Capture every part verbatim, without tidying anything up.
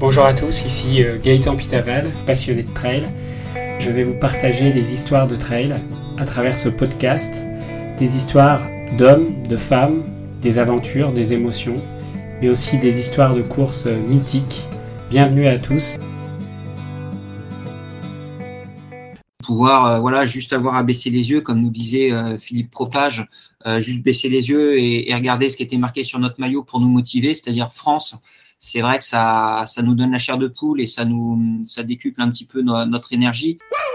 Bonjour à tous, ici euh, Gaëtan Pitaval, passionné de trail. Je vais vous partager des histoires de trail à travers ce podcast, des histoires d'hommes, de femmes, des aventures, des émotions, mais aussi des histoires de courses mythiques. Bienvenue à tous. Pouvoir euh, voilà, juste avoir à baisser les yeux, comme nous disait euh, Philippe Propage, euh, juste baisser les yeux et, et regarder ce qui était marqué sur notre maillot pour nous motiver, c'est-à-dire France. C'est vrai que ça, ça nous donne la chair de poule et ça nous, ça décuple un petit peu no, notre énergie.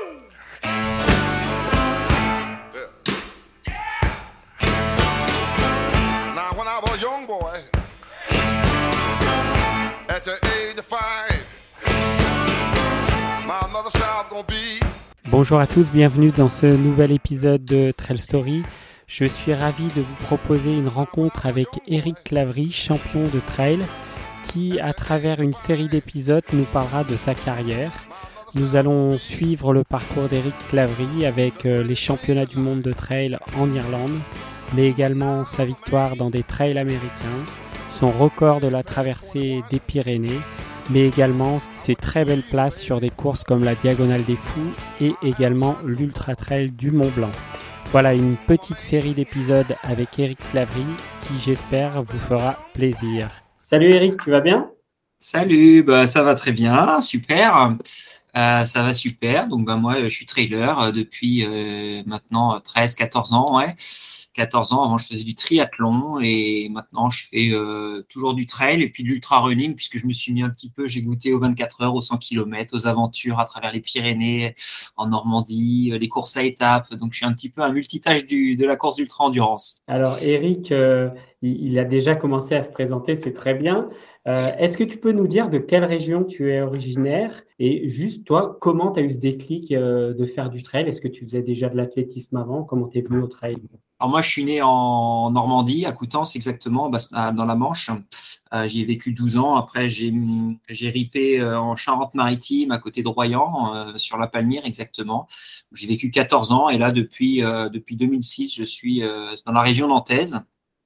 Bonjour à tous, bienvenue dans ce nouvel épisode de Trail Story. Je suis ravi de vous proposer une rencontre avec Éric Claverie, champion de trail, qui, à travers une série d'épisodes, nous parlera de sa carrière. Nous allons suivre le parcours d'Éric Claverie avec les championnats du monde de trail en Irlande, mais également sa victoire dans des trails américains, son record de la traversée des Pyrénées, mais également ses très belles places sur des courses comme la Diagonale des Fous et également l'Ultra Trail du Mont Blanc. Voilà une petite série d'épisodes avec Éric Claverie qui, j'espère, vous fera plaisir. Salut Éric, tu vas bien ? Salut, bah ça va très bien, super. Euh, ça va super. Donc bah moi je suis trailer euh, depuis euh, maintenant treize quatorze ans, ouais. quatorze ans, avant je faisais du triathlon et maintenant je fais euh, toujours du trail et puis de l'ultra running puisque je me suis mis un petit peu, j'ai goûté aux vingt-quatre heures, aux cent kilomètres, aux aventures à travers les Pyrénées, en Normandie, les courses à étapes. Donc je suis un petit peu un multitâche du, de la course d'ultra endurance. Alors Éric, euh, il, il a déjà commencé à se présenter, c'est très bien. Euh, est-ce que tu peux nous dire de quelle région tu es originaire et juste toi, comment tu as eu ce déclic euh, de faire du trail ? Est-ce que tu faisais déjà de l'athlétisme avant ? Comment tu es venu au trail ? Alors moi, je suis né en Normandie, à Coutances exactement, dans la Manche. Euh, j'y ai vécu douze ans. Après, j'ai, j'ai ripé en Charente-Maritime, à côté de Royan, euh, sur la Palmyre exactement. J'ai vécu quatorze ans et là, depuis, euh, depuis deux mille six, je suis euh, dans la région nantaise.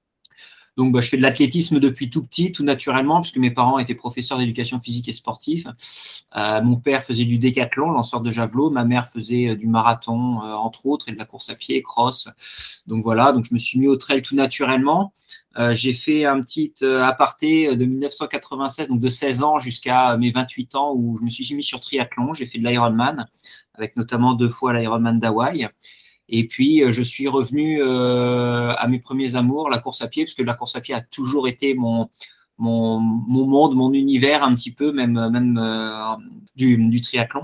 Donc, bah, je fais de l'athlétisme depuis tout petit, tout naturellement, puisque mes parents étaient professeurs d'éducation physique et sportif. Euh, mon père faisait du décathlon, lanceur de javelot. Ma mère faisait du marathon, euh, entre autres, et de la course à pied, cross. Donc voilà, donc je me suis mis au trail tout naturellement. Euh, j'ai fait un petit euh, aparté de dix-neuf cent quatre-vingt-seize, donc de seize ans jusqu'à mes vingt-huit ans, où je me suis mis sur triathlon. J'ai fait de l'Ironman, avec notamment deux fois l'Ironman d'Hawaï. Et puis, je suis revenu euh, à mes premiers amours, la course à pied, parce que la course à pied a toujours été mon, mon, mon monde, mon univers un petit peu, même, même euh, du, du triathlon.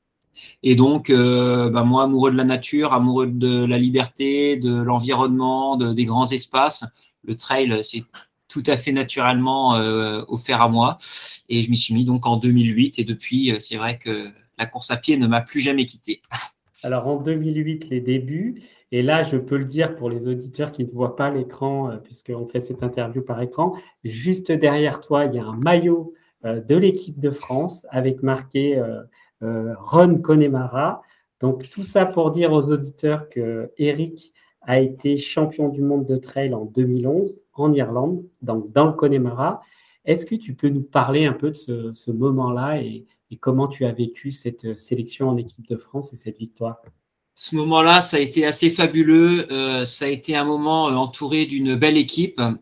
Et donc, euh, bah moi, amoureux de la nature, amoureux de la liberté, de l'environnement, de, des grands espaces, le trail, c'est tout à fait naturellement euh, offert à moi. Et je m'y suis mis donc en deux mille huit. Et depuis, c'est vrai que la course à pied ne m'a plus jamais quitté. Alors, en deux mille huit, les débuts, et là, je peux le dire pour les auditeurs qui ne voient pas l'écran, euh, puisqu'on fait cette interview par écran, juste derrière toi, il y a un maillot euh, de l'équipe de France avec marqué euh, euh, Ron Connemara. Donc, tout ça pour dire aux auditeurs que Éric a été champion du monde de trail en deux mille onze en Irlande, donc dans le Connemara. Est-ce que tu peux nous parler un peu de ce, ce moment-là et Et comment tu as vécu cette sélection en équipe de France et cette victoire ? Ce moment-là, ça a été assez fabuleux. Euh, ça a été un moment entouré d'une belle équipe euh,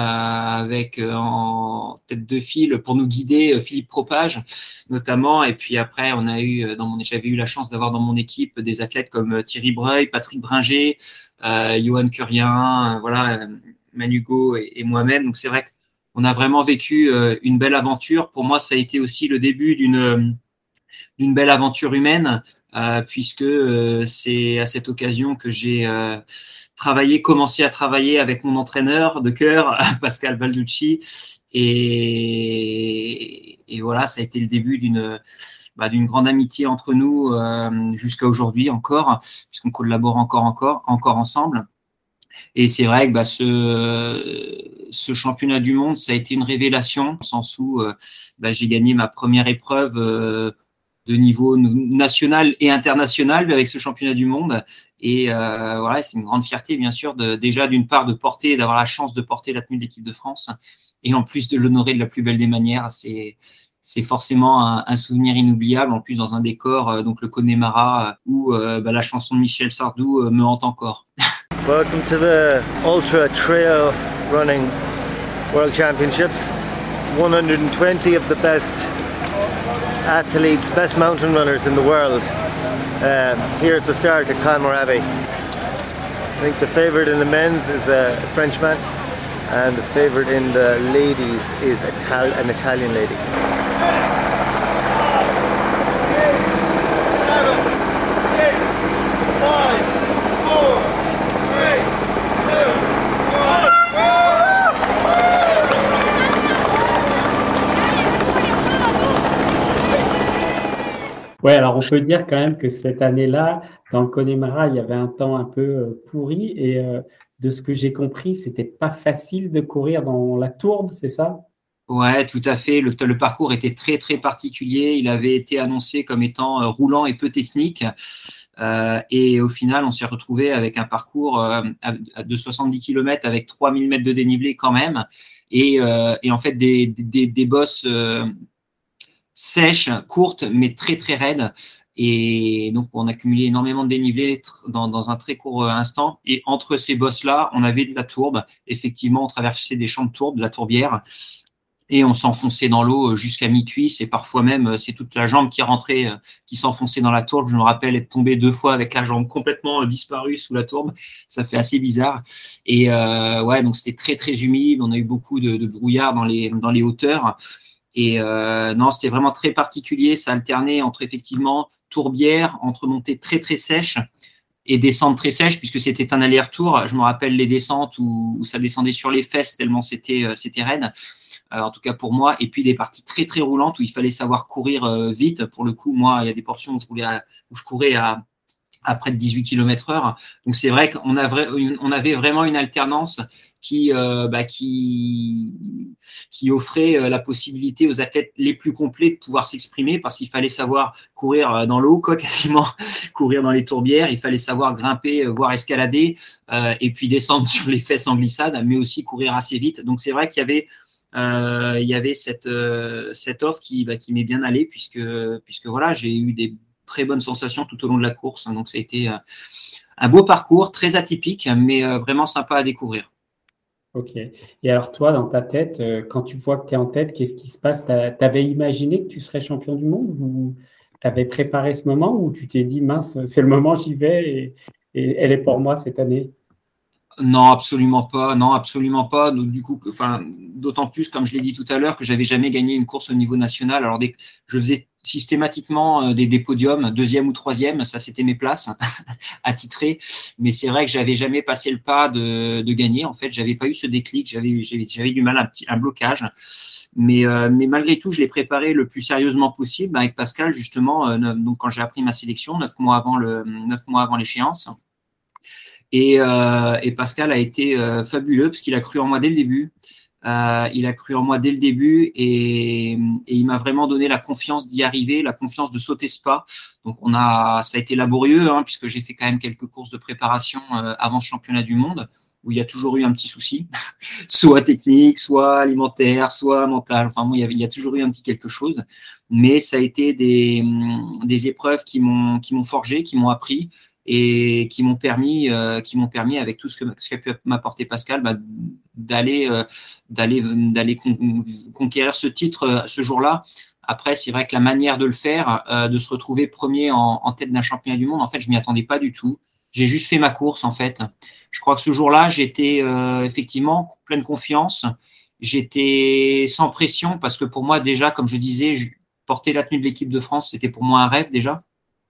avec euh, en tête de file pour nous guider Philippe Propage notamment. Et puis après, on a eu dans mon, j'avais eu la chance d'avoir dans mon équipe des athlètes comme Thierry Breuil, Patrick Bringer, euh, Johan Curien, euh, voilà, Manu Go et, et moi-même. Donc c'est vrai qu'on a vraiment vécu euh, une belle aventure. Pour moi, ça a été aussi le début d'une d'une belle aventure humaine, euh, puisque euh, c'est à cette occasion que j'ai euh, travaillé, commencé à travailler avec mon entraîneur de cœur, Pascal Balducci, et, et voilà, ça a été le début d'une, bah, d'une grande amitié entre nous euh, jusqu'à aujourd'hui encore, puisqu'on collabore encore, encore, encore ensemble. Et c'est vrai que bah, ce, ce championnat du monde, ça a été une révélation, dans le sens où euh, bah, j'ai gagné ma première épreuve euh, de niveau national et international avec ce championnat du monde. Et euh, voilà, c'est une grande fierté, bien sûr, de, déjà d'une part de porter, d'avoir la chance de porter la tenue de l'équipe de France, et en plus de l'honorer de la plus belle des manières. C'est, c'est forcément un, un souvenir inoubliable, en plus dans un décor, euh, donc le Connemara, où euh, bah, la chanson de Michel Sardou euh, me hante encore. Welcome to the Ultra Trail Running World Championships. one hundred twenty of the best athletes, best mountain runners in the world um, here at the start at Calmoravi. I think the favourite in the men's is a Frenchman, and the favourite in the ladies is Ital- an Italian lady. Ouais, alors on peut dire quand même que cette année-là, dans le Connemara, il y avait un temps un peu euh, pourri et euh, de ce que j'ai compris, c'était pas facile de courir dans la tourbe, c'est ça? Ouais, tout à fait. Le, le parcours était très très particulier. Il avait été annoncé comme étant euh, roulant et peu technique. Euh, et au final, on s'est retrouvé avec un parcours euh, de soixante-dix kilomètres avec trois mille mètres de dénivelé quand même. Et, euh, et en fait, des, des, des bosses euh, sèches, courtes, mais très très raides. Et donc, on a cumulé énormément de dénivelé dans, dans un très court instant. Et entre ces bosses-là, on avait de la tourbe. Effectivement, on traversait des champs de tourbe, de la tourbière. Et on s'enfonçait dans l'eau jusqu'à mi-cuisse et parfois même c'est toute la jambe qui rentrait, qui s'enfonçait dans la tourbe. Je me rappelle être tombé deux fois avec la jambe complètement disparue sous la tourbe. Ça fait assez bizarre. Et euh, ouais, donc c'était très très humide. On a eu beaucoup de, de brouillard dans les dans les hauteurs. Et euh, non, c'était vraiment très particulier. Ça alternait entre effectivement tourbière, entre montées très très sèches et descentes très sèches puisque c'était un aller-retour. Je me rappelle les descentes où, où ça descendait sur les fesses tellement c'était c'était raide. Euh, en tout cas pour moi, et puis des parties très très roulantes où il fallait savoir courir euh, vite. Pour le coup, moi, il y a des portions où je, roulais à, où je courais à, à près de dix-huit kilomètres heure. Donc c'est vrai qu'on a vra- une, on avait vraiment une alternance qui, euh, bah, qui, qui offrait euh, la possibilité aux athlètes les plus complets de pouvoir s'exprimer parce qu'il fallait savoir courir dans l'eau, quoi, quasiment, courir dans les tourbières, il fallait savoir grimper, euh, voire escalader, euh, et puis descendre sur les fesses en glissade, mais aussi courir assez vite. Donc c'est vrai qu'il y avait Euh, il y avait cette, euh, cette offre qui, bah, qui m'est bien allée puisque, puisque voilà, j'ai eu des très bonnes sensations tout au long de la course. Donc, ça a été euh, un beau parcours, très atypique, mais euh, vraiment sympa à découvrir. Ok. Et alors toi, dans ta tête, euh, quand tu vois que tu es en tête, qu'est-ce qui se passe? Tu avais imaginé que tu serais champion du monde ou tu avais préparé ce moment ou tu t'es dit, mince, c'est le moment, j'y vais et, et elle est pour moi cette année? Non, absolument pas. Non, absolument pas. Donc, du coup, enfin, d'autant plus, comme je l'ai dit tout à l'heure, que j'avais jamais gagné une course au niveau national. Alors, dès que je faisais systématiquement des, des podiums, deuxième ou troisième, ça c'était mes places attitrées. Mais c'est vrai que j'avais jamais passé le pas de, de gagner. En fait, j'avais pas eu ce déclic. J'avais, j'avais, j'avais du mal, un petit, un blocage. Mais, euh, mais malgré tout, je l'ai préparé le plus sérieusement possible avec Pascal, justement. Euh, donc, quand j'ai appris ma sélection, neuf mois avant le, neuf mois avant l'échéance. Et, euh, et Pascal a été euh, fabuleux parce qu'il a cru en moi dès le début. Euh, il a cru en moi dès le début et, et il m'a vraiment donné la confiance d'y arriver, la confiance de sauter ce pas. Donc on a, ça a été laborieux hein, puisque j'ai fait quand même quelques courses de préparation euh, avant ce championnat du monde où il y a toujours eu un petit souci, soit technique, soit alimentaire, soit mental. Enfin moi il y, avait, il y a toujours eu un petit quelque chose, mais ça a été des, des épreuves qui m'ont, qui m'ont forgé, qui m'ont appris. Et qui m'ont permis, euh, qui m'ont permis avec tout ce que ce qu'a pu m'apporter Pascal, bah, d'aller, euh, d'aller, d'aller con- conquérir ce titre euh, ce jour-là. Après, c'est vrai que la manière de le faire, euh, de se retrouver premier en, en tête d'un championnat du monde, en fait, je m'y attendais pas du tout. J'ai juste fait ma course, en fait. Je crois que ce jour-là, j'étais euh, effectivement pleine confiance. J'étais sans pression parce que pour moi, déjà, comme je disais, je, porter la tenue de l'équipe de France, c'était pour moi un rêve déjà.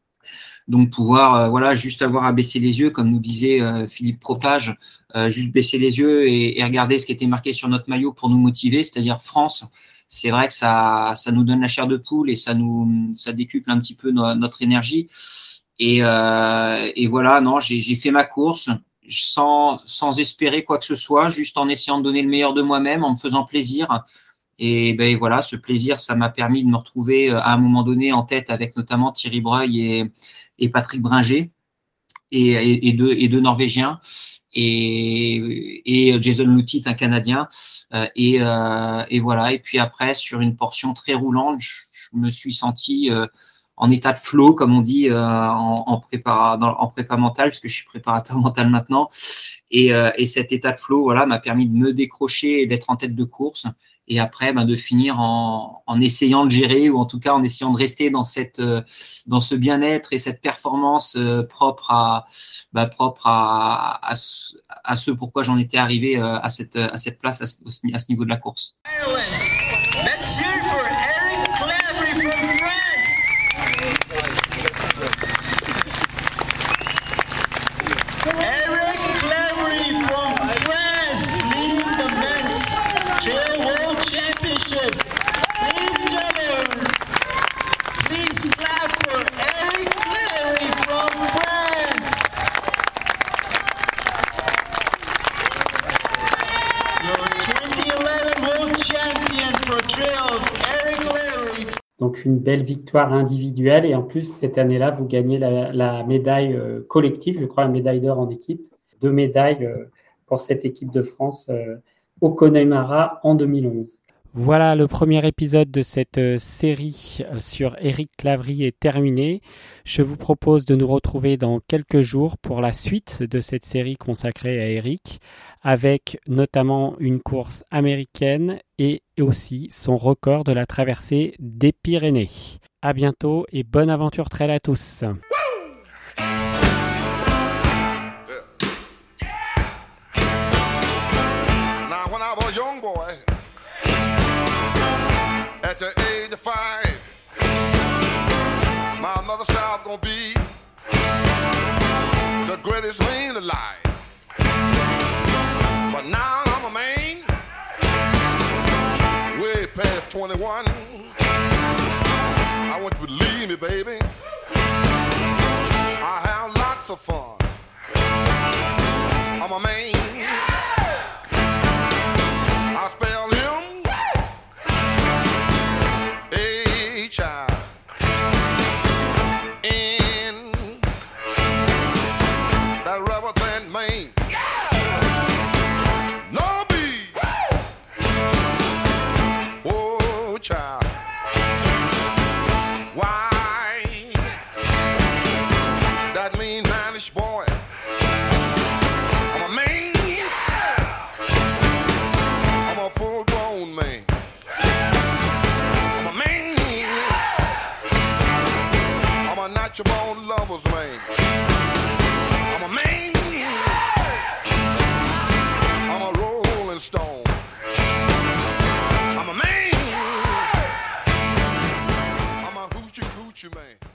Donc pouvoir euh, voilà juste avoir à baisser les yeux, comme nous disait euh, Philippe Propage, euh, juste baisser les yeux et, et regarder ce qui était marqué sur notre maillot pour nous motiver, c'est-à-dire France. C'est vrai que ça ça nous donne la chair de poule et ça nous ça décuple un petit peu no, notre énergie. Et, euh, et voilà, non, j'ai, j'ai fait ma course sans sans espérer quoi que ce soit, juste en essayant de donner le meilleur de moi-même, en me faisant plaisir. Et ben voilà, ce plaisir, ça m'a permis de me retrouver à un moment donné en tête avec notamment Thierry Breuil et, et Patrick Bringer. et, et, et, deux, et deux Norvégiens. Et, et Jason Lutit, un Canadien. Euh, et, euh, et voilà. Et puis après, sur une portion très roulante, je, je me suis senti euh, en état de flow, comme on dit, euh, en, en, prépa, dans, en prépa mentale, puisque je suis préparateur mental maintenant. Et, euh, et cet état de flow, voilà, m'a permis de me décrocher et d'être en tête de course. Et après, ben, de finir en, en essayant de gérer, ou en tout cas en essayant de rester dans cette, euh, dans ce bien-être et cette performance euh, propre à, ben, propre à, à, à ce pourquoi j'en étais arrivé euh, à cette, à cette place, à ce, à ce niveau de la course. Donc une belle victoire individuelle et en plus cette année-là vous gagnez la, la médaille euh, collective, je crois la médaille d'or en équipe, deux médailles euh, pour cette équipe de France euh, au Connemara en deux mille onze. Voilà, le premier épisode de cette euh, série euh, sur Éric Claverie est terminé. Je vous propose de nous retrouver dans quelques jours pour la suite de cette série consacrée à Éric, avec notamment une course américaine et aussi son record de la traversée des Pyrénées. À bientôt et bonne aventure trail à tous. At the age of five, my mother said I was gonna be the greatest man alive. But now I'm a man, way past twenty-one. I want you to believe me, baby. I have lots of fun. I'm a man. I spell him H I N, that rubber band man. No B, oh child. Why? That mean manish boy. I'm a man. I'm a full grown man. I'm a man. I'm a natural born lover's man. I'm a man. I'm a rolling stone. I'm a man. I'm a hoochie coochie man.